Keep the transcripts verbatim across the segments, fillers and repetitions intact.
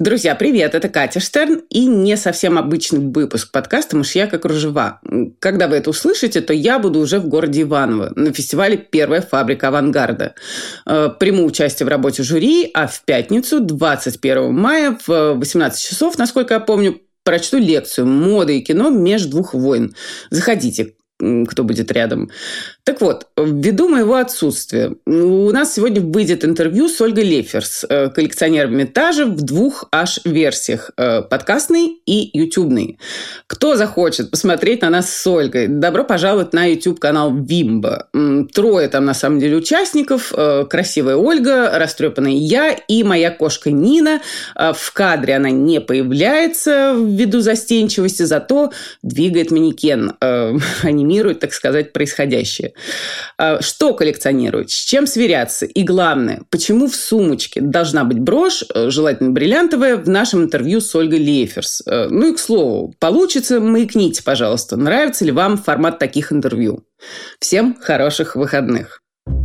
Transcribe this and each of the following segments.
Друзья, привет! Это Катя Штерн и не совсем обычный выпуск подкаста «Мышьяк и кружева». Когда вы это услышите, то я буду уже в городе Иваново на фестивале «Первая фабрика авангарда». Приму участие в работе жюри, а в пятницу, двадцать первого мая в восемнадцать часов, насколько я помню, прочту лекцию «Мода и кино между двух войн». Заходите, кто будет рядом. Так вот, ввиду моего отсутствия, у нас сегодня выйдет интервью с Ольгой Леферс, коллекционером винтажа в двух аж версиях – подкастной и ютубной. Кто захочет посмотреть на нас с Ольгой, добро пожаловать на YouTube-канал Вимба. Трое там, на самом деле, участников. Красивая Ольга, растрепанная я и моя кошка Нина. В кадре она не появляется ввиду застенчивости, зато двигает манекен, анимирует, так сказать, происходящее. Что коллекционируют, с чем сверяться и, главное, почему в сумочке должна быть брошь, желательно бриллиантовая, в нашем интервью с Ольгой Леферс. Ну и, к слову, получится, маякните, пожалуйста, нравится ли вам формат таких интервью. Всем хороших выходных.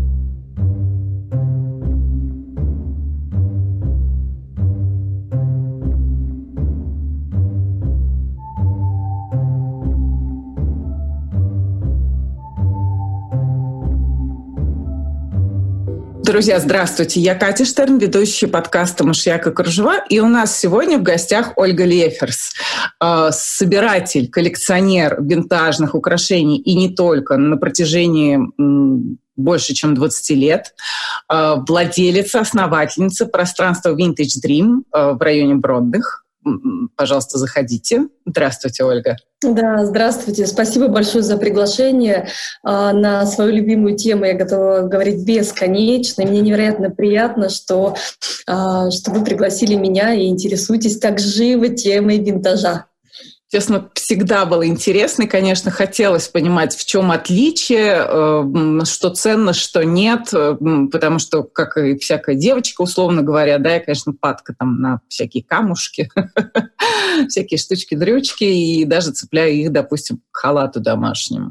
Друзья, здравствуйте. Я Катя Штерн, ведущая подкаста «Мышьяк и кружева». И у нас сегодня в гостях Ольга Леферс, собиратель, коллекционер винтажных украшений и не только на протяжении больше, чем двадцать лет, владелица, основательница пространства Vintage Dream в районе Бродных. Пожалуйста, заходите. Здравствуйте, Ольга. Да, здравствуйте. Спасибо большое за приглашение. На свою любимую тему я готова говорить бесконечно. Мне невероятно приятно, что, что вы пригласили меня и интересуетесь так живо темой винтажа. Честно, всегда было интересно, и, конечно, хотелось понимать, в чем отличие, что ценно, что нет, потому что, как и всякая девочка, условно говоря, да, я, конечно, падка там на всякие камушки, всякие штучки-дрючки, и даже цепляю их, допустим, к халату домашнему.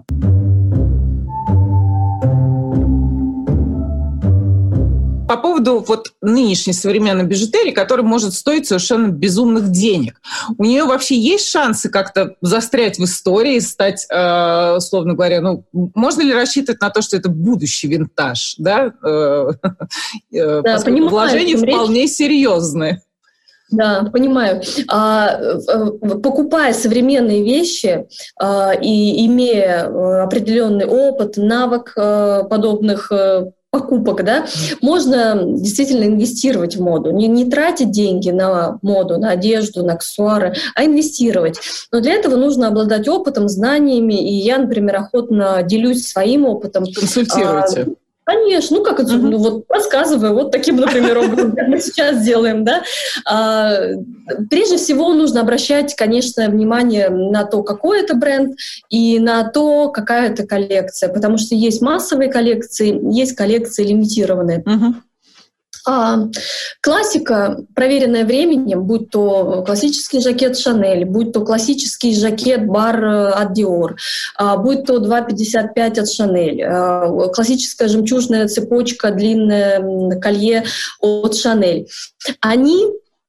По поводу вот нынешней современной бижутерии, которая может стоить совершенно безумных денег. У нее вообще есть шансы как-то застрять в истории, стать, э, условно говоря, ну, можно ли рассчитывать на то, что это будущий винтаж, да? Э, э, да, поскольку вложения вполне речь... серьезные. Да, понимаю. Покупая современные вещи и имея определенный опыт, навык подобных покупок, да, можно действительно инвестировать в моду. Не, не тратить деньги на моду, на одежду, на аксессуары, а инвестировать. Но для этого нужно обладать опытом, знаниями. И я, например, охотно делюсь своим опытом. Консультируйте. Конечно, ну как это, uh-huh. ну вот рассказываю, вот таким, например, образом, как мы сейчас делаем, да. А, прежде всего нужно обращать, конечно, внимание на то, какой это бренд и на то, какая это коллекция, потому что есть массовые коллекции, есть коллекции лимитированные. Uh-huh. А, классика, проверенная временем, будь то классический жакет Шанель, будь то классический жакет бар от Dior, а, будь то два пятьдесят пять от Шанель, а, классическая жемчужная цепочка, длинное колье от Шанель. Они,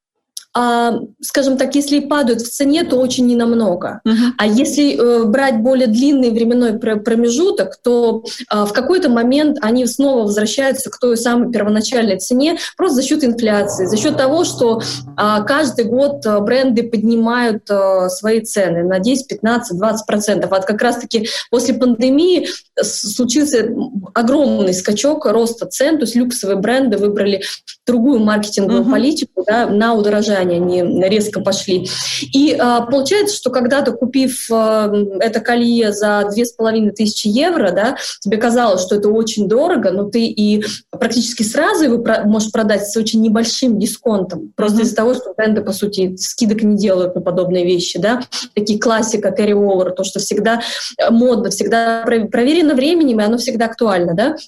а, скажем так, если и падают в цене, то очень ненамного. Uh-huh. А если э, брать более длинный временной промежуток, то э, в какой-то момент они снова возвращаются к той самой первоначальной цене просто за счет инфляции, за счет того, что э, каждый год бренды поднимают э, свои цены на десять, пятнадцать, двадцать процентов. А как раз-таки после пандемии случился огромный скачок роста цен, то есть люксовые бренды выбрали другую маркетинговую uh-huh. политику, да, на удорожание они резко пошли. И а, получается, что когда-то, купив а, это колье за две с половиной тысячи евро, да, тебе казалось, что это очень дорого, но ты и практически сразу его про- можешь продать с очень небольшим дисконтом, просто mm-hmm. из-за того, что бренды, по сути, скидок не делают на подобные вещи, да, такие классика, carry-over, то, что всегда модно, всегда проверено временем, и оно всегда актуально, да.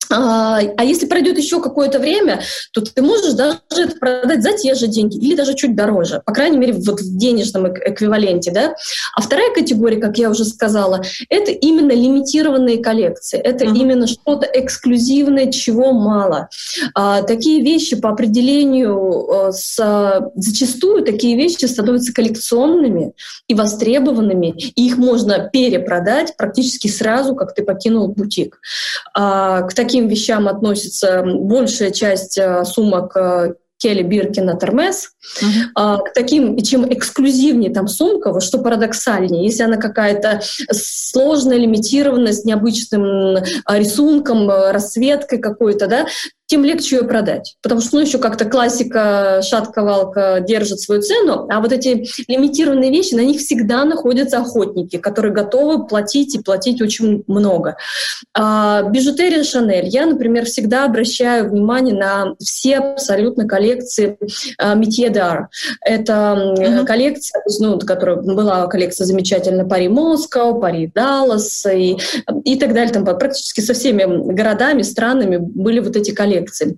А, а если пройдет еще какое-то время, то ты можешь даже это продать за те же деньги или даже чуть дороже, по крайней мере, вот в денежном эквиваленте. Да? А вторая категория, как я уже сказала, это именно лимитированные коллекции. Это mm-hmm. именно что-то эксклюзивное, чего мало. А, такие вещи по определению, с, зачастую такие вещи становятся коллекционными и востребованными, и их можно перепродать практически сразу, как ты покинул бутик. А, к таким вещам относится большая часть сумок Келли, Биркин, Hermes. Uh-huh. К таким, чем эксклюзивнее там сумка, вот что парадоксальнее, если она какая-то сложная, лимитированная, с необычным рисунком, расцветкой какой-то, да, тем легче ее продать. Потому что, ну, еще как-то классика, шатка-валка держит свою цену, а вот эти лимитированные вещи, на них всегда находятся охотники, которые готовы платить и платить очень много. А, бижутерия Шанель. Я, например, всегда обращаю внимание на все абсолютно коллекции а, Métier d'Art. Это mm-hmm. коллекция, ну, которая была коллекция замечательная Пари-Москва, Пари-Даллас и, и так далее. Там практически со всеми городами, странами были вот эти коллекции.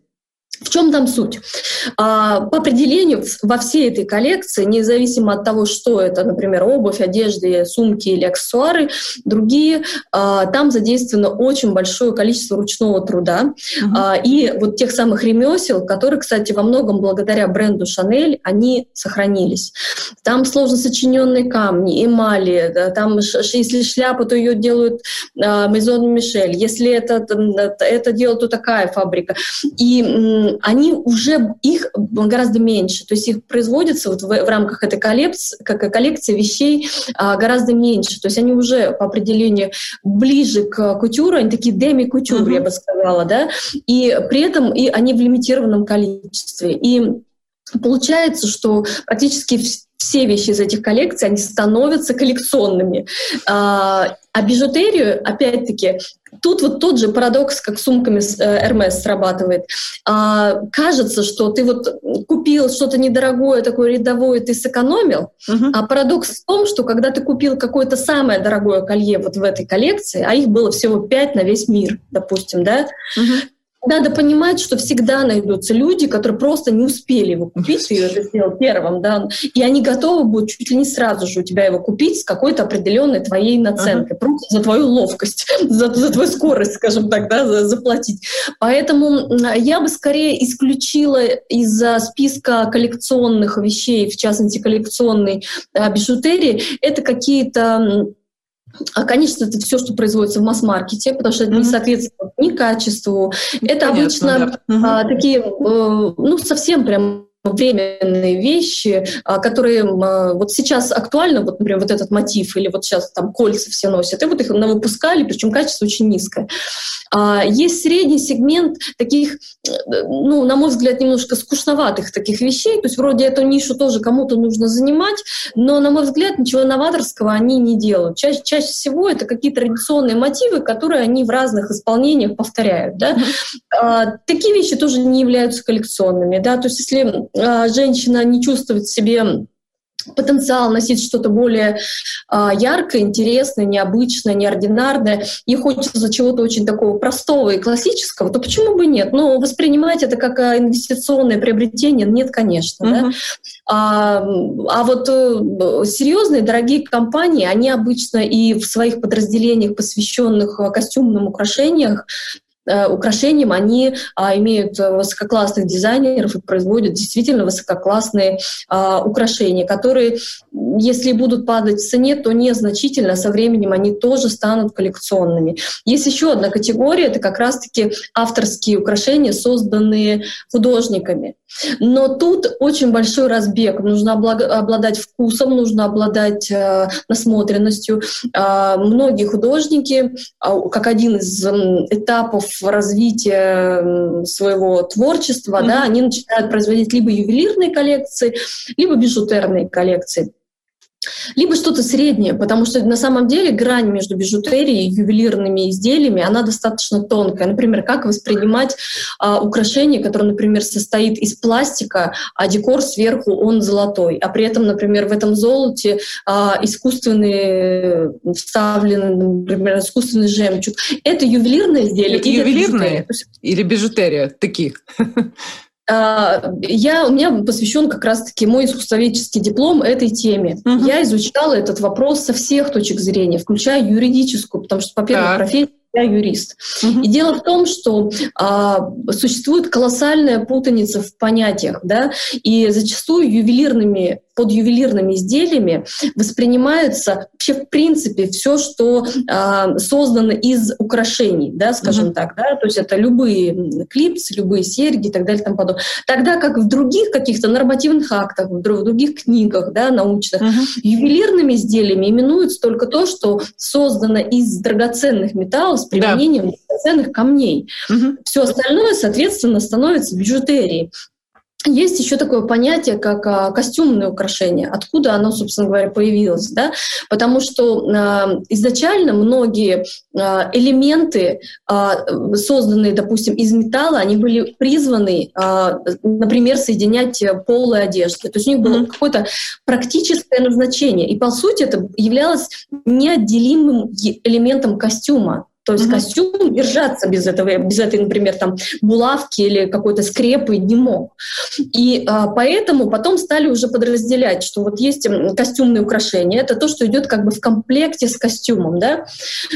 В чем там суть? А, по определению во всей этой коллекции, независимо от того, что это, например, обувь, одежда, сумки или аксессуары, другие, а, там задействовано очень большое количество ручного труда uh-huh. а, и вот тех самых ремесел, которые, кстати, во многом благодаря бренду Шанель, они сохранились. Там сложно сочиненные камни, эмали, да, там, если шляпа, то ее делают а, Maison Michel, если это, это делает, то такая фабрика. И они уже, их гораздо меньше, то есть их производится вот в, в рамках этой коллекции, как коллекции вещей а, гораздо меньше, то есть они уже по определению ближе к кутюру, они такие деми-кутюр, uh-huh. я бы сказала, да, и при этом и они в лимитированном количестве. И получается, что практически все вещи из этих коллекций, они становятся коллекционными. А, а бижутерию, опять-таки, тут вот тот же парадокс, как с сумками Hermes срабатывает. А, кажется, что ты вот купил что-то недорогое, такое рядовое, ты сэкономил. Uh-huh. А парадокс в том, что когда ты купил какое-то самое дорогое колье вот в этой коллекции, а их было всего пять на весь мир, допустим, да, uh-huh. надо понимать, что всегда найдутся люди, которые просто не успели его купить, ты это сделал первым, да, и они готовы будут чуть ли не сразу же у тебя его купить с какой-то определенной твоей наценкой, uh-huh. просто за твою ловкость, за, за твою скорость, скажем так, да, за, заплатить. Поэтому я бы скорее исключила из списка коллекционных вещей, в частности коллекционной а, бижутерии, это какие-то... А, конечно, это все, что производится в масс-маркете, потому что это mm-hmm. не соответствует ни качеству. Это Понятно, обычно да. а, mm-hmm. такие, э, ну, совсем прям временные вещи, которые вот сейчас актуально, вот, например, вот этот мотив, или вот сейчас там кольца все носят, и вот их навыпускали, причем качество очень низкое. Есть средний сегмент таких, ну, на мой взгляд, немножко скучноватых таких вещей, то есть вроде эту нишу тоже кому-то нужно занимать, но, на мой взгляд, ничего новаторского они не делают. Чаще, чаще всего это какие-то традиционные мотивы, которые они в разных исполнениях повторяют. Да? Mm-hmm. Такие вещи тоже не являются коллекционными. Да? То есть если женщина не чувствует в себе потенциал носить что-то более а, яркое, интересное, необычное, неординарное, и хочется чего-то очень такого простого и классического, то почему бы нет? Но воспринимать это как инвестиционное приобретение нет, конечно. Uh-huh. Да? А, а вот серьезные, дорогие компании, они обычно и в своих подразделениях, посвященных костюмным украшениям, украшениям, они а, имеют высококлассных дизайнеров и производят действительно высококлассные а, украшения, которые, если будут падать в цене, то незначительно, со временем они тоже станут коллекционными. Есть еще одна категория, это как раз-таки авторские украшения, созданные художниками. Но тут очень большой разбег. Нужно обладать вкусом, нужно обладать э, насмотренностью. Э, многие художники, э, как один из э, этапов развития своего творчества, mm-hmm. да, они начинают производить либо ювелирные коллекции, либо бижутерные коллекции. Либо что-то среднее, потому что на самом деле грань между бижутерией и ювелирными изделиями, она достаточно тонкая. Например, как воспринимать а, украшение, которое, например, состоит из пластика, а декор сверху он золотой, а при этом, например, в этом золоте а, искусственный вставлен, например, искусственный жемчуг. Это ювелирное изделие? Это ювелирное или бижутерия таких? Я, у меня посвящен как раз-таки мой искусствоведческий диплом этой теме. Uh-huh. Я изучала этот вопрос со всех точек зрения, включая юридическую, потому что, во-первых, uh-huh. профессия я юрист. Uh-huh. И дело в том, что а, существует колоссальная путаница в понятиях, да, и зачастую ювелирными, под ювелирными изделиями воспринимается вообще в принципе все, что а, создано из украшений, да, скажем uh-huh. так, да, то есть это любые клипсы, любые серьги и так далее и тому подобное. Тогда как в других каких-то нормативных актах, в других книгах, да, научных, uh-huh. ювелирными изделиями именуется только то, что создано из драгоценных металлов с применением да. драгоценных камней. Uh-huh. Все остальное, соответственно, становится бижутерией. Есть еще такое понятие, как а, костюмное украшение. Откуда оно, собственно говоря, появилось? Да? Потому что а, изначально многие а, элементы, а, созданные, допустим, из металла, они были призваны, а, например, соединять полы одежды. То есть у них было mm-hmm. какое-то практическое назначение. И, по сути, это являлось неотделимым элементом костюма. То есть mm-hmm. костюм держаться без этого, без этой, например, там, булавки или какой-то скрепы не мог. И а, поэтому потом стали уже подразделять, что вот есть костюмные украшения, это то, что идет как бы в комплекте с костюмом, да,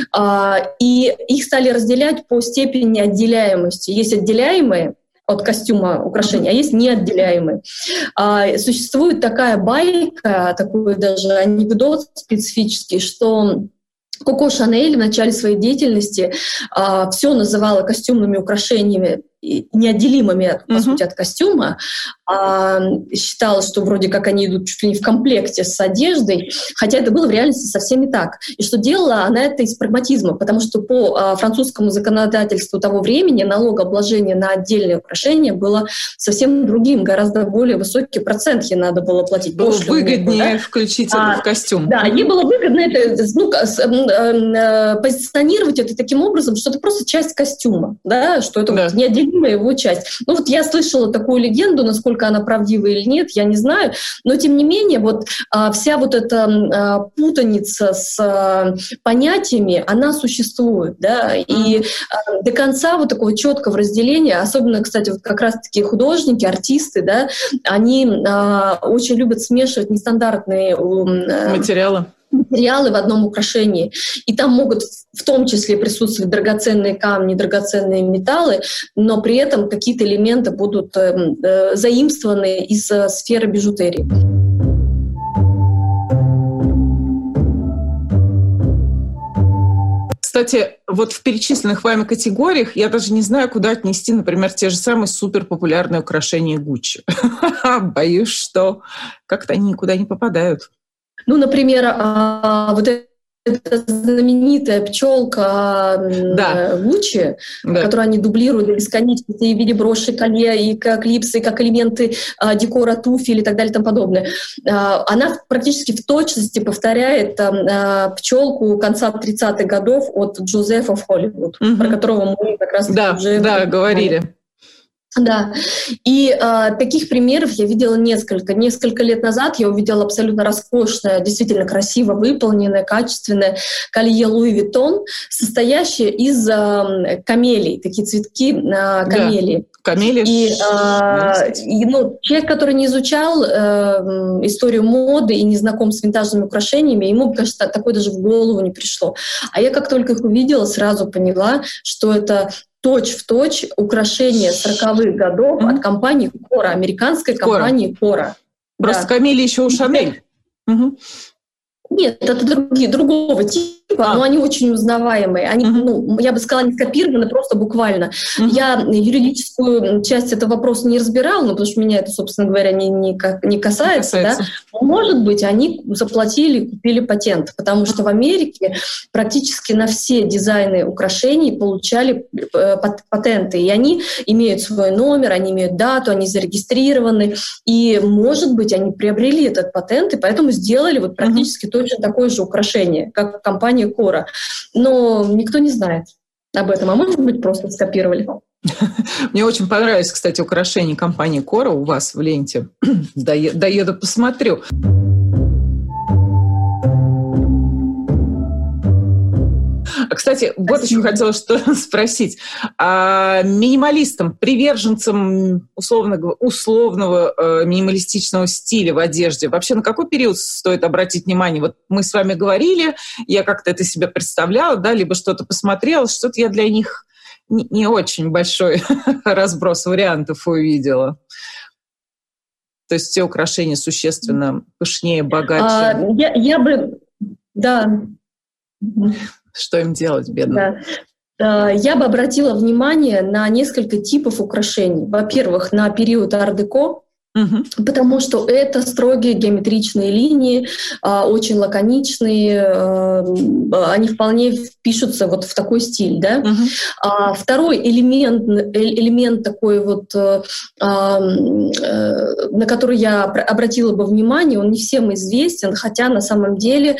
а, и их стали разделять по степени отделяемости. Есть отделяемые от костюма украшения, а есть неотделяемые. А, существует такая байка, такой даже анекдот специфический, что Коко Шанель в начале своей деятельности а, все называла костюмными украшениями, неотделимыми, по uh-huh. сути, от костюма, а, считала, что вроде как они идут чуть ли не в комплекте с одеждой, хотя это было в реальности совсем не так. И что делала она это из прагматизма, потому что по а, французскому законодательству того времени налогообложение на отдельные украшения было совсем другим, гораздо более высокий процент ей надо было платить. Было выгоднее да? включить а, это в костюм. Да, ей было выгодно это, ну, позиционировать это таким образом, что это просто часть костюма, да, что это да. вот неотделимая его часть. Ну вот я слышала такую легенду, насколько она правдива или нет, я не знаю, но тем не менее вот а, вся вот эта а, путаница с а, понятиями, она существует, да, mm-hmm. и а, до конца вот такого четкого разделения, особенно, кстати, вот как раз-таки художники, артисты, да, они а, очень любят смешивать нестандартные а, материалы. материалы в одном украшении. И там могут в том числе присутствовать драгоценные камни, драгоценные металлы, но при этом какие-то элементы будут э, э, заимствованы из э, сферы бижутерии. Кстати, вот в перечисленных вами категориях я даже не знаю, куда отнести, например, те же самые суперпопулярные украшения Гуччи. Боюсь, что как-то они никуда не попадают. Ну, например, вот эта знаменитая пчелка да. Гуччи, да. которую они дублируют до бесконечности и в виде броши, колье, и как клипсы, и как элементы а, декора туфель и так далее и тому подобное. А, она практически в точности повторяет а, пчелку конца тридцатых годов от Джозефа в Холливуд, угу. про которого мы как раз да, уже да, говорили. Да, и э, таких примеров я видела несколько. Несколько лет назад я увидела абсолютно роскошное, действительно красиво выполненное, качественное колье Луи Виттон, состоящее из э, камелий, такие цветки э, камелий. Да, камелии. И, э, и ну, человек, который не изучал э, историю моды и не знаком с винтажными украшениями, ему, кажется, такое даже в голову не пришло. А я как только их увидела, сразу поняла, что это точь-в-точь украшение сороковых годов mm-hmm. от компании Кора, американской компании Кора. Просто да. камелии еще у Шанель. Mm-hmm. Нет, это другие, другого типа, а. но они очень узнаваемые. Они, uh-huh. ну, я бы сказала, не скопированы, просто буквально. Uh-huh. Я юридическую часть этого вопроса не разбирала, ну, потому что меня это, собственно говоря, не, не, не касается. Не касается. Да? может быть, они заплатили и купили патент, потому что в Америке практически на все дизайны украшений получали патенты, и они имеют свой номер, они имеют дату, они зарегистрированы, и, может быть, они приобрели этот патент, и поэтому сделали вот практически mm-hmm. точно такое же украшение, как компания Кора. Но никто не знает об этом, а может быть, просто скопировали. Мне очень понравились, кстати, украшения компании Кора у вас в ленте. Доеду, посмотрю. Кстати, вот Спасибо. Еще хотела что спросить. А минималистам, приверженцам условного, условного э, минималистичного стиля в одежде, вообще на какой период стоит обратить внимание? Вот мы с вами говорили, я как-то это себе представляла, да, либо что-то посмотрела, что-то я для них не, не очень большой разброс вариантов увидела. То есть все украшения существенно пышнее, богаче. А, я, я бы... Да. Что им делать, бедным? Да. Я бы обратила внимание на несколько типов украшений. Во-первых, на период ар-деко, угу. потому что это строгие геометричные линии, очень лаконичные, они вполне впишутся вот в такой стиль. Да? Угу. Второй элемент, элемент такой вот, на который я обратила бы внимание, он не всем известен, хотя на самом деле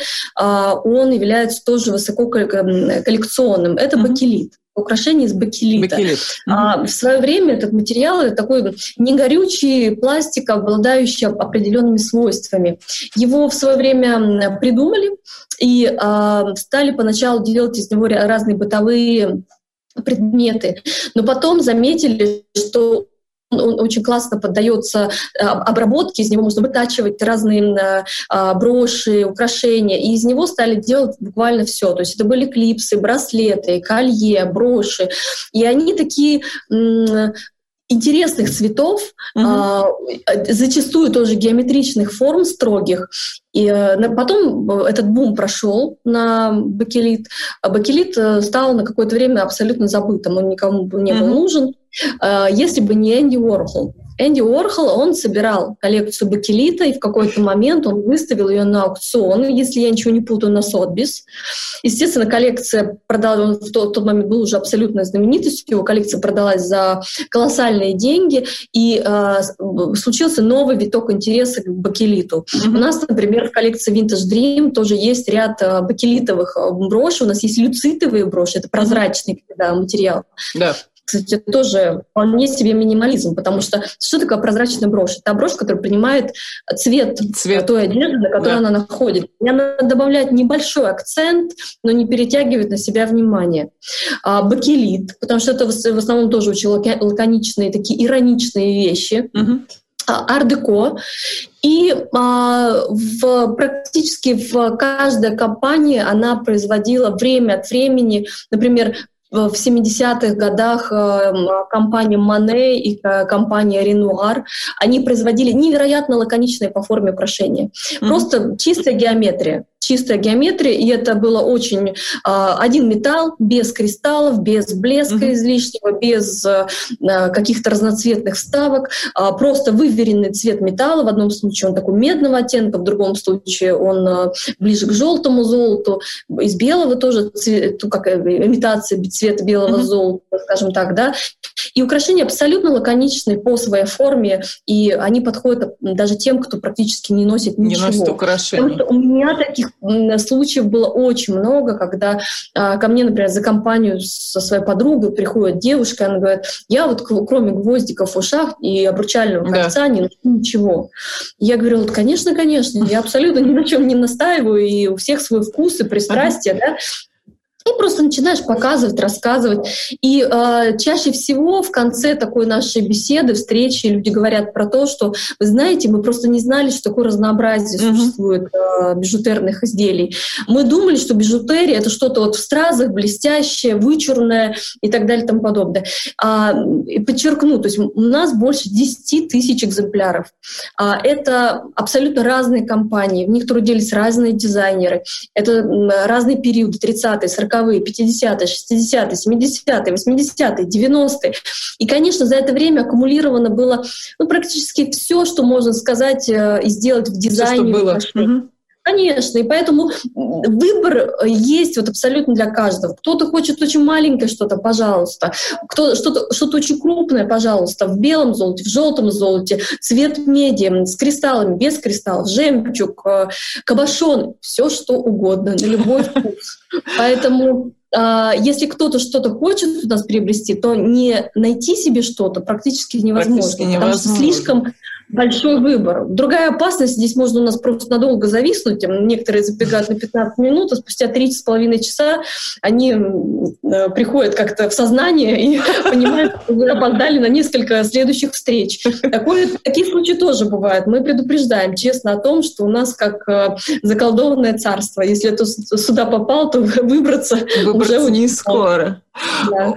он является тоже высококоллекционным. Это угу. бакелит. Украшения из бакелита. Бакелит. А, в свое время этот материал — такой негорючий пластик, обладающий определенными свойствами. Его в свое время придумали и а, стали поначалу делать из него разные бытовые предметы, но потом заметили, что он очень классно поддается обработке, из него можно вытачивать разные броши, украшения, и из него стали делать буквально все. То есть это были клипсы, браслеты, колье, броши, и они такие интересных цветов, uh-huh. э, зачастую тоже геометричных форм, строгих. И э, потом этот бум прошел на бакелит. А бакелит стал на какое-то время абсолютно забытым, он никому не был uh-huh. нужен, э, если бы не Энди Уорхол. Энди Уорхол, он собирал коллекцию бакелита, и в какой-то момент он выставил ее на аукцион, если я ничего не путаю, на Сотбис. Естественно, коллекция продалась, он в тот, в тот момент был уже абсолютной знаменитостью, его коллекция продалась за колоссальные деньги, и э, случился новый виток интереса к бакелиту. Mm-hmm. У нас, например, в коллекции Vintage Dream тоже есть ряд э, бакелитовых брошей, у нас есть люцитовые броши, это прозрачный да, материал. Да. Кстати, тоже вполне себе минимализм, потому что что такое прозрачная брошь? Это брошь, которая принимает цвет, цвет. той одежды, на которой да. она находится. Она добавляет небольшой акцент, но не перетягивает на себя внимание. А, бакелит, потому что это в основном тоже очень лаконичные, такие ироничные вещи. Угу. Ар-деко. И а, в, практически в каждой компании она производила время от времени, например, в семидесятых годах э, компания Monet и э, компания Renoir, они производили невероятно лаконичные по форме украшения. Mm-hmm. Просто чистая геометрия. Чистая геометрия, и это было очень э, один металл, без кристаллов, без блеска mm-hmm. излишнего, без э, каких-то разноцветных вставок, э, просто выверенный цвет металла. В одном случае он такой медного оттенка, в другом случае он э, ближе к желтому золоту, из белого тоже цвет, как имитация цвета белого mm-hmm. золота, скажем так, да. И украшения абсолютно лаконичные по своей форме, и они подходят даже тем, кто практически не носит ничего. Не носит украшений. Потому что у меня таких случаев было очень много, когда а, ко мне, например, за компанию со своей подругой приходит девушка, и она говорит, я вот кроме гвоздиков в ушах и обручального кольца да. не ношу ничего. И я говорю, вот, конечно, конечно, я абсолютно ни на чем не настаиваю, и у всех свой вкус и пристрастие, да. И просто начинаешь показывать, рассказывать. И э, чаще всего в конце такой нашей беседы, встречи люди говорят про то, что, вы знаете, мы просто не знали, что такое разнообразие mm-hmm. существует э, бижутерных изделий. Мы думали, что бижутерия — это что-то вот в стразах, блестящее, вычурное и так далее и тому подобное. А, и подчеркну, то есть у нас больше десять тысяч экземпляров. А, это абсолютно разные компании, в них трудились разные дизайнеры. Это разные периоды, тридцатые, сороковые сороковые, пятидесятые, шестидесятые, семидесятые, восьмидесятые, девяностые. И, конечно, за это время аккумулировано было ну, практически все, что можно сказать и сделать в дизайне. Все, что было. Конечно, и поэтому выбор есть вот абсолютно для каждого. Кто-то хочет очень маленькое что-то, пожалуйста. Кто что-то, что-то очень крупное, пожалуйста, в белом золоте, в желтом золоте, цвет меди, с кристаллами, без кристаллов, жемчуг, кабошон, все что угодно, на любой вкус. Поэтому если кто-то что-то хочет у нас приобрести, то не найти себе что-то практически невозможно, практически невозможно. Потому что слишком большой выбор. Другая опасность, здесь можно у нас просто надолго зависнуть. Некоторые забегают на пятнадцать минут, а спустя три с половиной часа они э, приходят как-то в сознание и понимают, что вы опоздали на несколько следующих встреч. Такое, такие случаи тоже бывают. Мы предупреждаем честно о том, что у нас как э, заколдованное царство. Если ты сюда попал, то выбраться, выбраться уже не скоро. Да.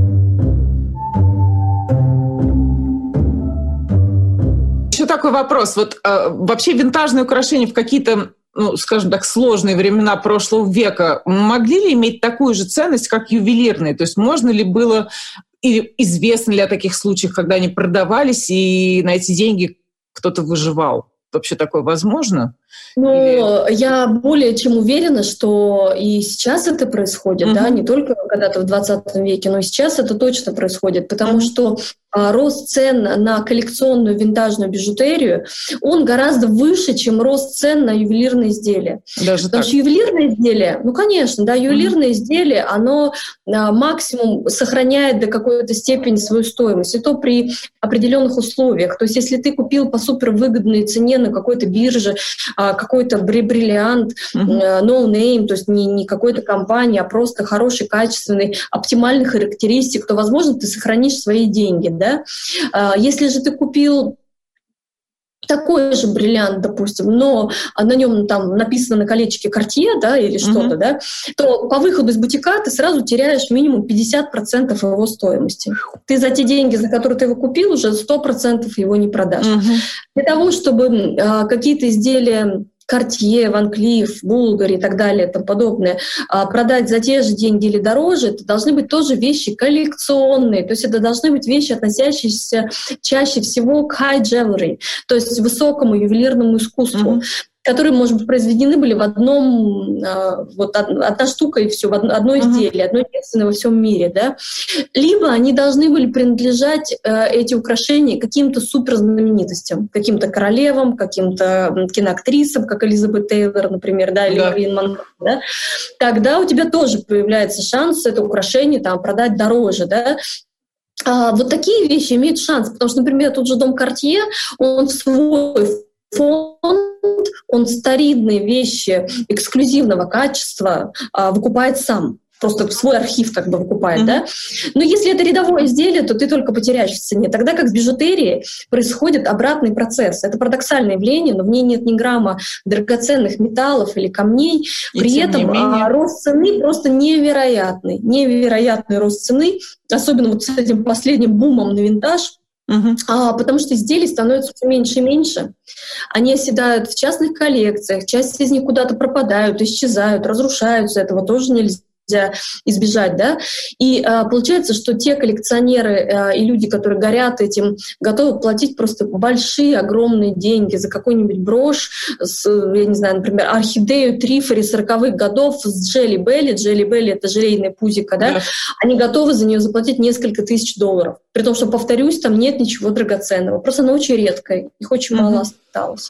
Еще такой вопрос. Вот э, вообще винтажные украшения в какие-то, ну, скажем так, сложные времена прошлого века могли ли иметь такую же ценность, как ювелирные? То есть можно ли было, или известно ли о таких случаях, когда они продавались, и на эти деньги кто-то выживал? Вообще такое возможно? Ну, Или... я более чем уверена, что и сейчас это происходит, mm-hmm. да, не только когда-то в двадцатом веке, но и сейчас это точно происходит, потому mm-hmm. что а, рост цен на коллекционную винтажную бижутерию, он гораздо выше, чем рост цен на ювелирные изделия. Даже Потому так? что ювелирные изделия, ну, конечно, да, ювелирные mm-hmm. изделия, оно а, максимум сохраняет до какой-то степени свою стоимость, и то при определенных условиях. То есть если ты купил по супервыгодной цене на какой-то бирже какой-то бриллиант, uh-huh. no name, то есть не, не какой-то компании, а просто хороший, качественный, оптимальных характеристик, то, возможно, ты сохранишь свои деньги. Да? Если же ты купил такой же бриллиант, допустим, но на нем там написано на колечке Cartier, да, или что-то, mm-hmm. да, то по выходу из бутика ты сразу теряешь минимум пятьдесят процентов его стоимости. Ты за те деньги, за которые ты его купил, уже сто процентов его не продашь. Mm-hmm. Для того, чтобы а, какие-то изделия Cartier, Van Cleef, Bulgari и так далее и тому подобное, а, продать за те же деньги или дороже, это должны быть тоже вещи коллекционные, то есть это должны быть вещи, относящиеся чаще всего к high jewelry, то есть высокому ювелирному искусству. Mm-hmm. которые, может быть, произведены были в одном, вот одна штука и все, в одно изделие, одно единственное во всем мире, да. Либо они должны были принадлежать, эти украшения, каким-то суперзнаменитостям, каким-то королевам, каким-то киноактрисам, как Элизабет Тейлор, например, да, или Мэрилин Монро, да. Тогда у тебя тоже появляется шанс это украшение там продать дороже, да. А вот такие вещи имеют шанс, потому что, например, тот же дом Cartier, он в свой фонд, он старинные вещи эксклюзивного качества а, выкупает сам. Просто свой архив как бы выкупает, mm-hmm. да? Но если это рядовое изделие, то ты только потеряешь в цене. Тогда как с бижутерией происходит обратный процесс. Это парадоксальное явление, но в ней нет ни грамма драгоценных металлов или камней. И при этом а, рост цены просто невероятный. Невероятный рост цены, особенно вот с этим последним бумом на винтаж. Uh-huh. А, потому что изделий становится все меньше и меньше. Они оседают в частных коллекциях, часть из них куда-то пропадают, исчезают, разрушаются. Этого тоже нельзя избежать, да, и а, получается, что те коллекционеры а, и люди, которые горят этим, готовы платить просто большие, огромные деньги за какой-нибудь брошь с, я не знаю, например, орхидею Трифори сороковых годов с Джелли Белли, Джелли Белли — это желейная пузика, да, yeah. Они готовы за нее заплатить несколько тысяч долларов, при том, что, повторюсь, там нет ничего драгоценного, просто она очень редкая, их очень mm-hmm. мало осталось.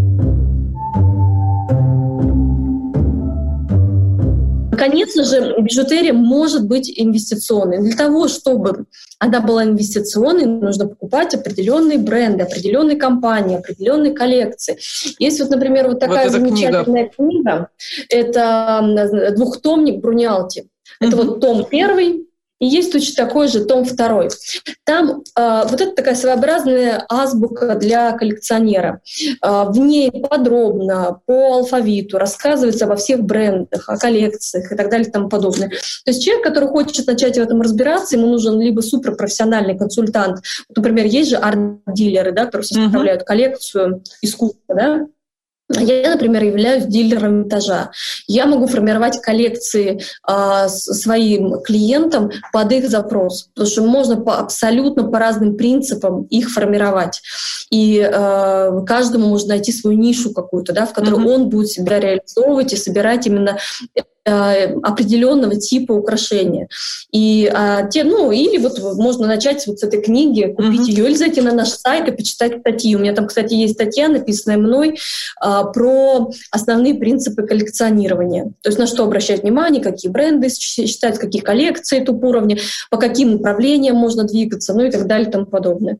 Конечно же, бижутерия может быть инвестиционной. Для того, чтобы она была инвестиционной, нужно покупать определенные бренды, определенные компании, определенные коллекции. Есть вот, например, вот такая вот замечательная книга. книга. Это двухтомник Брунялти. Это mm-hmm. вот том первый. И есть точно такой же том второй. Там э, вот это такая своеобразная азбука для коллекционера. Э, в ней подробно по алфавиту рассказывается обо всех брендах, о коллекциях и так далее и тому подобное. То есть человек, который хочет начать в этом разбираться, ему нужен либо суперпрофессиональный консультант. Вот, например, есть же арт-дилеры, да, которые составляют uh-huh. коллекцию искусства, да. Я, например, являюсь дилером винтажа. Я могу формировать коллекции э, своим клиентам под их запрос, потому что можно по, абсолютно по разным принципам их формировать. И э, каждому можно найти свою нишу какую-то, да, в которой mm-hmm. он будет себя реализовывать и собирать именно определенного типа украшения. И а, те, ну, или вот можно начать вот с этой книги, купить mm-hmm. ее, или зайти на наш сайт и почитать статьи. У меня там, кстати, есть статья, написанная мной, а, про основные принципы коллекционирования. То есть на что обращать внимание, какие бренды считать, какие коллекции топ-уровня, по каким направлениям можно двигаться, ну и так далее и тому подобное.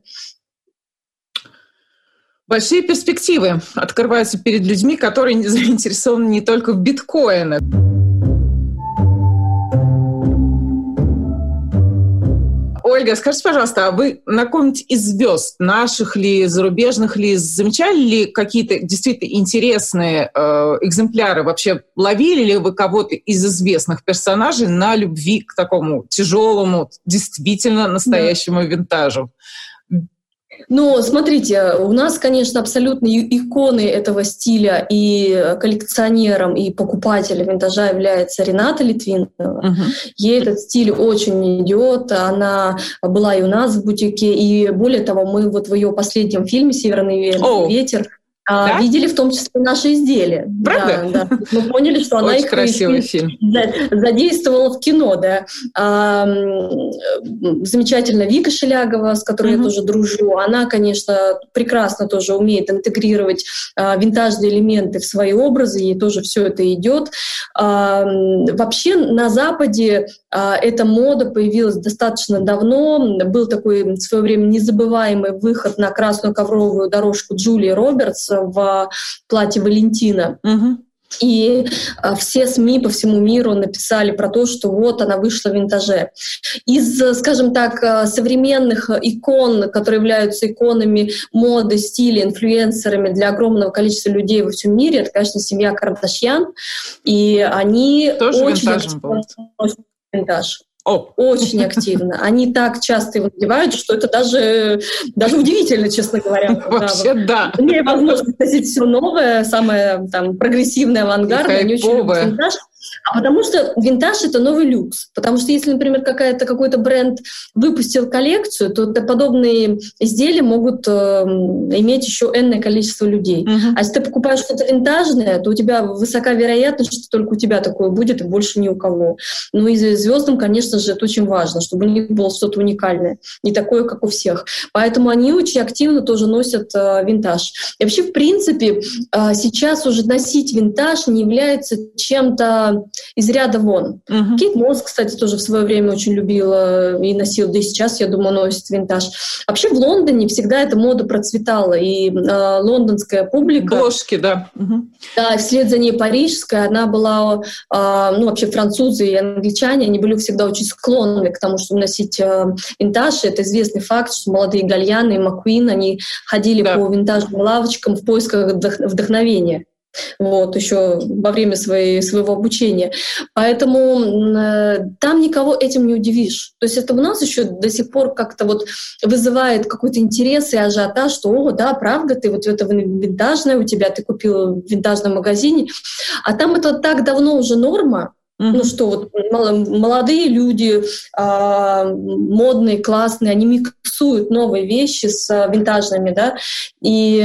Большие перспективы открываются перед людьми, которые заинтересованы не только в биткоинах. Ольга, скажите, пожалуйста, а вы на ком-нибудь из звезд, наших ли, зарубежных ли, замечали ли какие-то действительно интересные э, экземпляры? Вообще ловили ли вы кого-то из известных персонажей на любви к такому тяжелому, действительно настоящему да. винтажу? Ну, смотрите, у нас, конечно, абсолютно иконой этого стиля и коллекционером, и покупателем винтажа является Рената Литвинова. Uh-huh. Ей этот стиль очень идет. Она была и у нас в бутике, и более того, мы вот в ее последнем фильме «Северный oh. ветер» Да? видели в том числе наши изделия. Правда? Да, да. Мы поняли, что она Очень их красивый фильм. задействовала в кино. Да. А, замечательно Вика Шелягова, с которой mm-hmm. я тоже дружу, она, конечно, прекрасно тоже умеет интегрировать а, винтажные элементы в свои образы, ей тоже все это идет. А, вообще на Западе а, эта мода появилась достаточно давно. Был такой в свое время незабываемый выход на красную ковровую дорожку Джулии Робертс в платье Валентина. Угу. И а, все СМИ по всему миру написали про то, что вот она вышла в винтаже. Из, скажем так, современных икон, которые являются иконами моды, стиля, инфлюенсерами для огромного количества людей во всем мире, это, конечно, семья Кардашьян. И они тоже очень активно носят винтаж. Oh. Очень активно. Они так часто его надевают, что это даже, даже удивительно, честно говоря. Вообще, да. Имея возможность носить все новое, самое там, прогрессивное, авангардное, они очень любят винтаж. А потому что винтаж — это новый люкс. Потому что если, например, какая-то, какой-то бренд выпустил коллекцию, то подобные изделия могут э, иметь еще энное количество людей. Uh-huh. А если ты покупаешь что-то винтажное, то у тебя высока вероятность, что только у тебя такое будет, и больше ни у кого. Ну и звездам, конечно же, это очень важно, чтобы у них было что-то уникальное, не такое, как у всех. Поэтому они очень активно тоже носят э, винтаж. И вообще, в принципе, э, сейчас уже носить винтаж не является чем-то из ряда вон. Uh-huh. Кейт Мосс, кстати, тоже в свое время очень любила и носила, да и сейчас, я думаю, носит винтаж. Вообще в Лондоне всегда эта мода процветала, и э, лондонская публика... Бложки, да. Uh-huh. Да, вслед за ней парижская, она была, э, ну, вообще французы и англичане, они были всегда очень склонны к тому, чтобы носить э, винтаж. Это известный факт, что молодые Гальяны и Маккуин, они ходили да. по винтажным лавочкам в поисках вдохновения. Вот, еще во время своей, своего обучения. Поэтому э, там никого этим не удивишь. То есть это у нас еще до сих пор как-то вот вызывает какой-то интерес и ажиотаж, что, о, да, правда, ты вот это винтажное у тебя, ты купил в винтажном магазине. А там это так давно уже норма. Mm-hmm. Ну что, вот молодые люди, э, модные, классные, они миксуют новые вещи с винтажными, да, и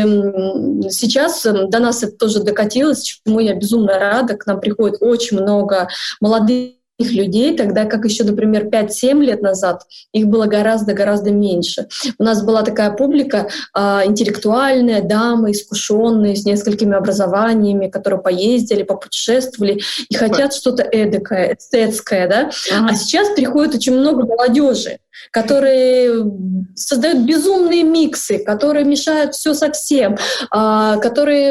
сейчас до нас это тоже докатилось, чему я безумно рада. К нам приходит очень много молодых людей, тогда как еще, например, пять-семь лет назад их было гораздо-гораздо меньше. У нас была такая публика э, интеллектуальная, дамы, искушенные, с несколькими образованиями, которые поездили, попутешествовали и хотят что-то эдакое, эстетское, да. Uh-huh. А сейчас приходит очень много молодежи, которые создают безумные миксы, которые мешают все совсем, которые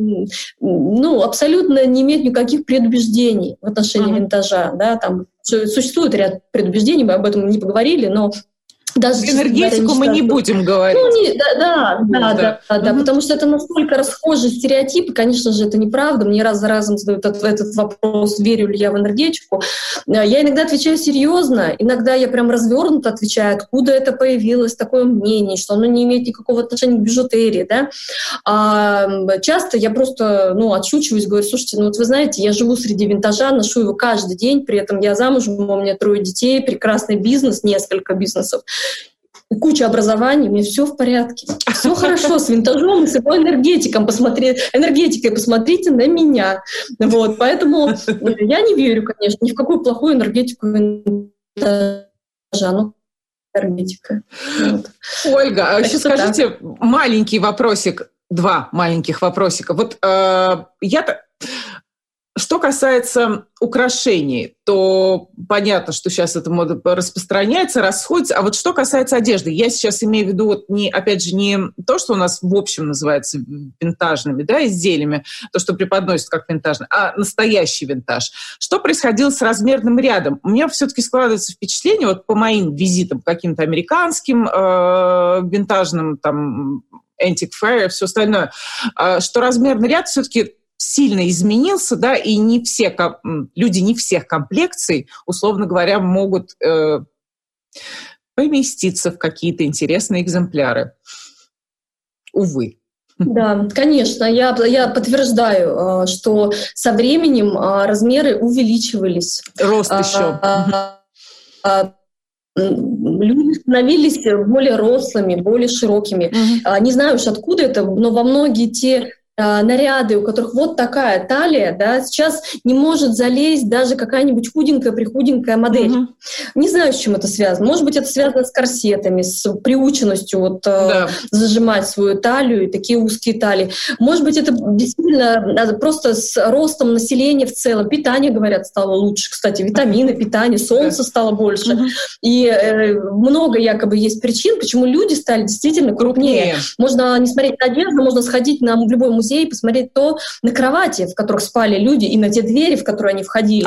ну, абсолютно не имеют никаких предубеждений в отношении uh-huh. винтажа. Да? Там существует ряд предубеждений, мы об этом не поговорили, но Даже энергетику мы не будем говорить. Ну, не, да, да, да, да, да, да, да, потому что это настолько расхожий стереотип, и, конечно же, это неправда. Мне раз за разом задают этот, этот вопрос, верю ли я в энергетику. Я иногда отвечаю серьезно, иногда я прям развернуто отвечаю, откуда это появилось, такое мнение, что оно не имеет никакого отношения к бижутерии, да. А часто я просто, ну, отшучиваюсь, говорю, слушайте, ну вот вы знаете, я живу среди винтажа, ношу его каждый день, при этом я замужем, у меня трое детей, прекрасный бизнес, несколько бизнесов. Куча образований, у меня все в порядке. Все хорошо с винтажом и с его энергетиком. Посмотри, энергетикой посмотрите на меня. Вот, поэтому я не верю, конечно, ни в какую плохую энергетику винтажа. Ну, энергетика. Вот. Ольга, а еще скажите, так. маленький вопросик, два маленьких вопросика. Вот э, я-то... Что касается украшений, то понятно, что сейчас эта мода распространяется, расходится. А вот что касается одежды, я сейчас имею в виду, вот не, опять же, не то, что у нас в общем называется винтажными, да, изделиями, то, что преподносят как винтажное, а настоящий винтаж. Что происходило с размерным рядом? У меня все-таки складывается впечатление, вот по моим визитам каким-то американским, э, винтажным, там, Antique Fair и все остальное, э, что размерный ряд все-таки сильно изменился, да, и не все люди не всех комплекций, условно говоря, могут э, поместиться в какие-то интересные экземпляры. Увы. Да, конечно, я, я подтверждаю, что со временем размеры увеличивались. Рост еще. Люди становились более рослыми, более широкими. Mm-hmm. Не знаю уж откуда это, но во многие те наряды, у которых вот такая талия, да, сейчас не может залезть даже какая-нибудь худенькая-прихуденькая модель. Mm-hmm. Не знаю, с чем это связано. Может быть, это связано с корсетами, с приученностью вот, да. зажимать свою талию и такие узкие талии. Может быть, это действительно просто с ростом населения в целом. Питание, говорят, стало лучше. Кстати, витамины, питание, солнца стало больше. Mm-hmm. И э, много якобы есть причин, почему люди стали действительно крупнее. крупнее. Можно не смотреть на одежду, можно сходить на любой музей и посмотреть то на кровати, в которых спали люди, и на те двери, в которые они входили.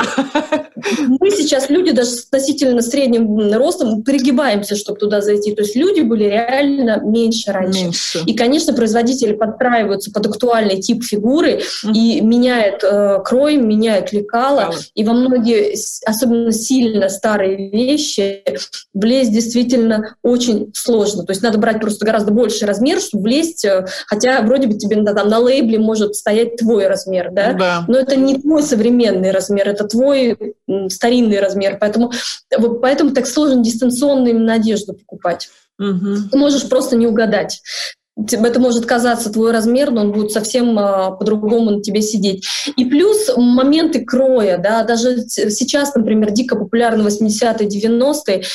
Мы сейчас, люди даже с относительно средним ростом, пригибаемся, чтобы туда зайти. То есть люди были реально меньше раньше. Меньше. И, конечно, производители подстраиваются под актуальный тип фигуры mm-hmm. и меняют э, крой, меняют лекала. Mm-hmm. И во многие, особенно сильно старые вещи, влезть действительно очень сложно. То есть надо брать просто гораздо больший размер, чтобы влезть, хотя вроде бы тебе надо там на лейбле может стоять твой размер, да? Да. Но это не твой современный размер, это твой м, старинный размер. Поэтому, поэтому так сложно дистанционно именно одежду покупать. Угу. Ты можешь просто не угадать. Это может казаться твой размер, но он будет совсем а, по-другому на тебе сидеть. И плюс моменты кроя, да, даже сейчас, например, дико популярны восьмидесятые, девяностые,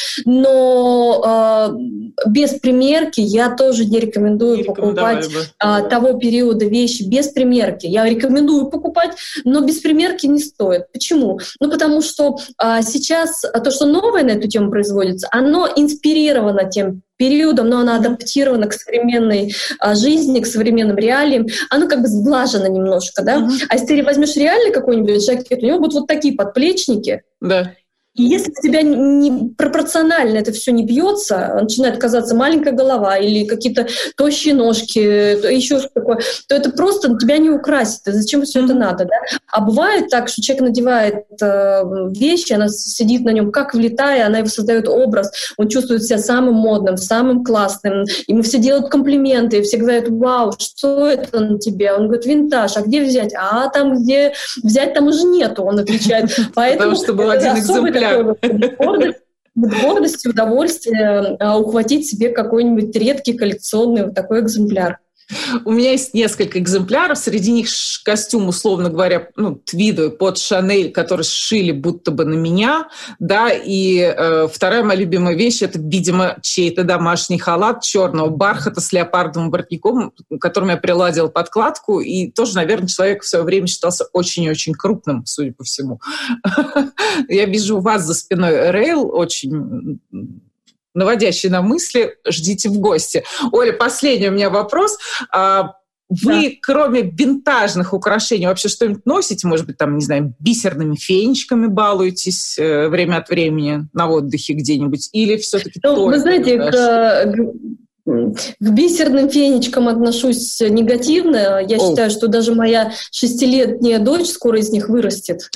но а, без примерки я тоже не рекомендую не покупать а, того периода вещи без примерки. Я рекомендую покупать, но без примерки не стоит. Почему? Ну, потому что а, сейчас то, что новое на эту тему производится, оно инспирировано тем периодом, но она адаптирована к современной а, жизни, к современным реалиям. Оно как бы сглажено немножко, да? Mm-hmm. А если ты возьмешь реальный какой-нибудь жакет, у него будут вот такие подплечники. Да. И если у тебя не пропорционально это все не бьется, начинает казаться маленькая голова или какие-то тощие ножки, еще что-то такое, то это просто тебя не украсит. Зачем все mm-hmm. это надо? Да? А бывает так, что человек надевает э, вещи, она сидит на нем как влетая, она его создает образ, он чувствует себя самым модным, самым классным, ему все делают комплименты, все говорят: вау, что это на тебе? Он говорит: винтаж, а где взять? А там, где взять, там уже нету, он отвечает. Поэтому потому что был один экземпляр. Гордость, гордость и удовольствие а, ухватить себе какой-нибудь редкий коллекционный вот такой экземпляр. У меня есть несколько экземпляров, среди них костюм, условно говоря, ну, твидовый под Шанель, который сшили будто бы на меня, да, и э, вторая моя любимая вещь — это, видимо, чей-то домашний халат черного бархата с леопардовым воротником, которым я приладила подкладку, и тоже, наверное, человек в свое время считался очень-очень крупным, судя по всему. Я вижу у вас за спиной рейл, очень наводящий на мысли. Ждите в гости. Оля, последний у меня вопрос. вы, да. кроме винтажных украшений, вообще что-нибудь носите? Может быть, там, не знаю, бисерными фенечками балуетесь э, время от времени на отдыхе где-нибудь? Или все-таки ну, только... Вы знаете, к, к бисерным фенечкам отношусь негативно. Я О. считаю, что даже моя шестилетняя дочь скоро из них вырастет.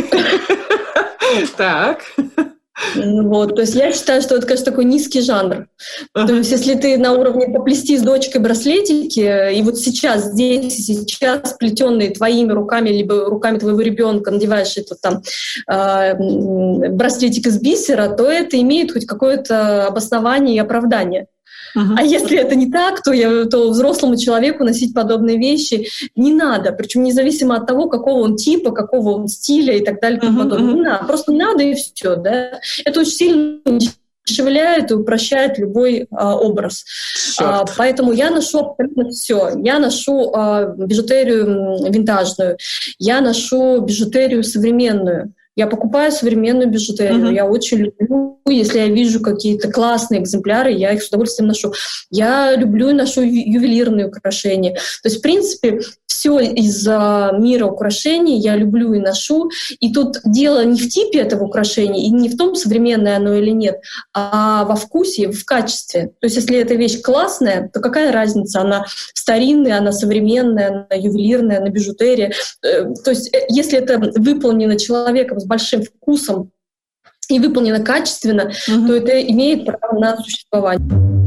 Так... Вот, то есть я считаю, что это, конечно, такой низкий жанр. Uh-huh. То есть если ты на уровне поплести с дочкой браслетики, и вот сейчас, здесь, сейчас плетенные твоими руками, либо руками твоего ребенка надеваешь этот там э, браслетик из бисера, то это имеет хоть какое-то обоснование и оправдание. Uh-huh. А если это не так, то, я, то взрослому человеку носить подобные вещи не надо. Причем независимо от того, какого он типа, какого он стиля и так далее. Uh-huh. подобное. Не надо. Просто надо и все. Да? Это очень сильно дешевляет и упрощает любой а, образ. А, поэтому я ношу абсолютно все. Я ношу а, бижутерию винтажную, я ношу бижутерию современную. Я покупаю современную бижутерию, uh-huh. я очень люблю, если я вижу какие-то классные экземпляры, я их с удовольствием ношу. Я люблю и ношу ювелирные украшения. То есть, в принципе, все из мира украшений я люблю и ношу. И тут дело не в типе этого украшения, и не в том, современное оно или нет, а во вкусе, в качестве. То есть, если эта вещь классная, то какая разница? Она старинная, она современная, она ювелирная, она бижутерия. То есть, если это выполнено человеком с большим вкусом и выполнено качественно, mm-hmm. то это имеет право на существование.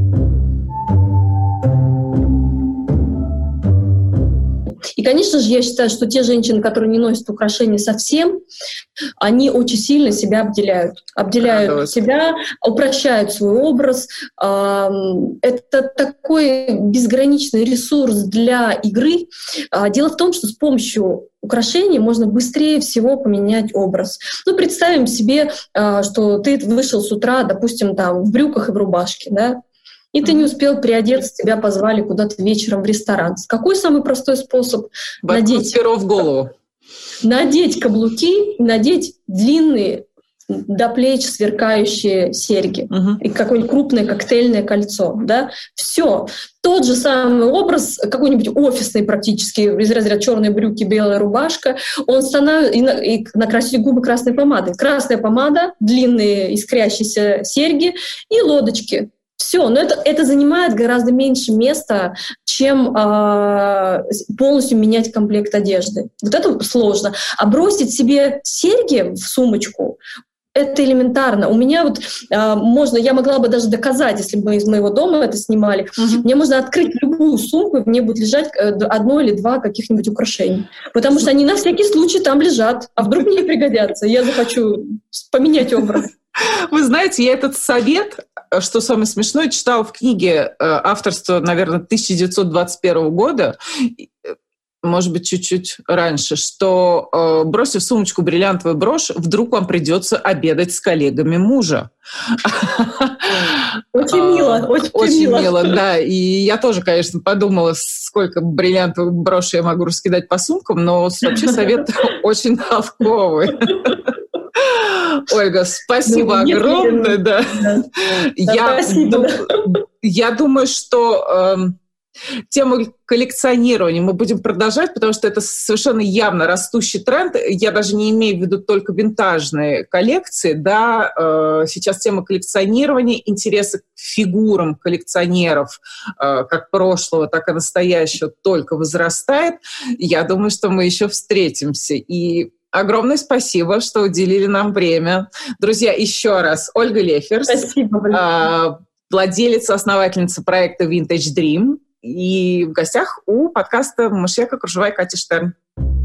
И, конечно же, я считаю, что те женщины, которые не носят украшения совсем, они очень сильно себя обделяют. Обделяют Радовать. себя, упрощают свой образ. Это такой безграничный ресурс для игры. Дело в том, что с помощью украшений можно быстрее всего поменять образ. Ну, представим себе, что ты вышел с утра, допустим, там, в брюках и в рубашке, да? И ты не успел приодеться, тебя позвали куда-то вечером в ресторан. Какой самый простой способ надеть? Перо в голову. Надеть каблуки, надеть длинные до плеч сверкающие серьги uh-huh. и какое-нибудь крупное коктейльное кольцо. Да? Все. Тот же самый образ, какой-нибудь офисный практически, из разряда черные брюки, белая рубашка, он становится и, на, и накрасить губы красной помадой. Красная помада, длинные искрящиеся серьги и лодочки. Все, но это, это занимает гораздо меньше места, чем э, полностью менять комплект одежды. Вот это сложно. А бросить себе серьги в сумочку — это элементарно. У меня вот э, можно, я могла бы даже доказать, если бы мы из моего дома это снимали, uh-huh. мне можно открыть любую сумку, и в ней будет лежать одно или два каких-нибудь украшений. Потому что они на всякий случай там лежат. А вдруг мне пригодятся, я захочу поменять образ. Вы знаете, я этот совет, что самое смешное, читала в книге авторства, наверное, тысяча девятьсот двадцать первого года, может быть, чуть-чуть раньше, что, э, бросив в сумочку бриллиантовую брошь, вдруг вам придется обедать с коллегами мужа. Очень мило, очень, очень мило. мило, да. И я тоже, конечно, подумала, сколько бриллиантовых брошь я могу раскидать по сумкам, но вообще совет очень толковый. Ольга, спасибо ну, огромное. Да. Да. Я, спасибо. Ду- я думаю, что э, тему коллекционирования мы будем продолжать, потому что это совершенно явно растущий тренд. Я даже не имею в виду только винтажные коллекции. Да, э, сейчас тема коллекционирования, интереса к фигурам коллекционеров, э, как прошлого, так и настоящего, только возрастает. Я думаю, что мы еще встретимся. И огромное спасибо, что уделили нам время. Друзья, еще раз, Ольга Леферс, спасибо, владелица, основательница проекта Vintage Dream, и в гостях у подкаста «Мышьяка, кружева и Катя Штерн».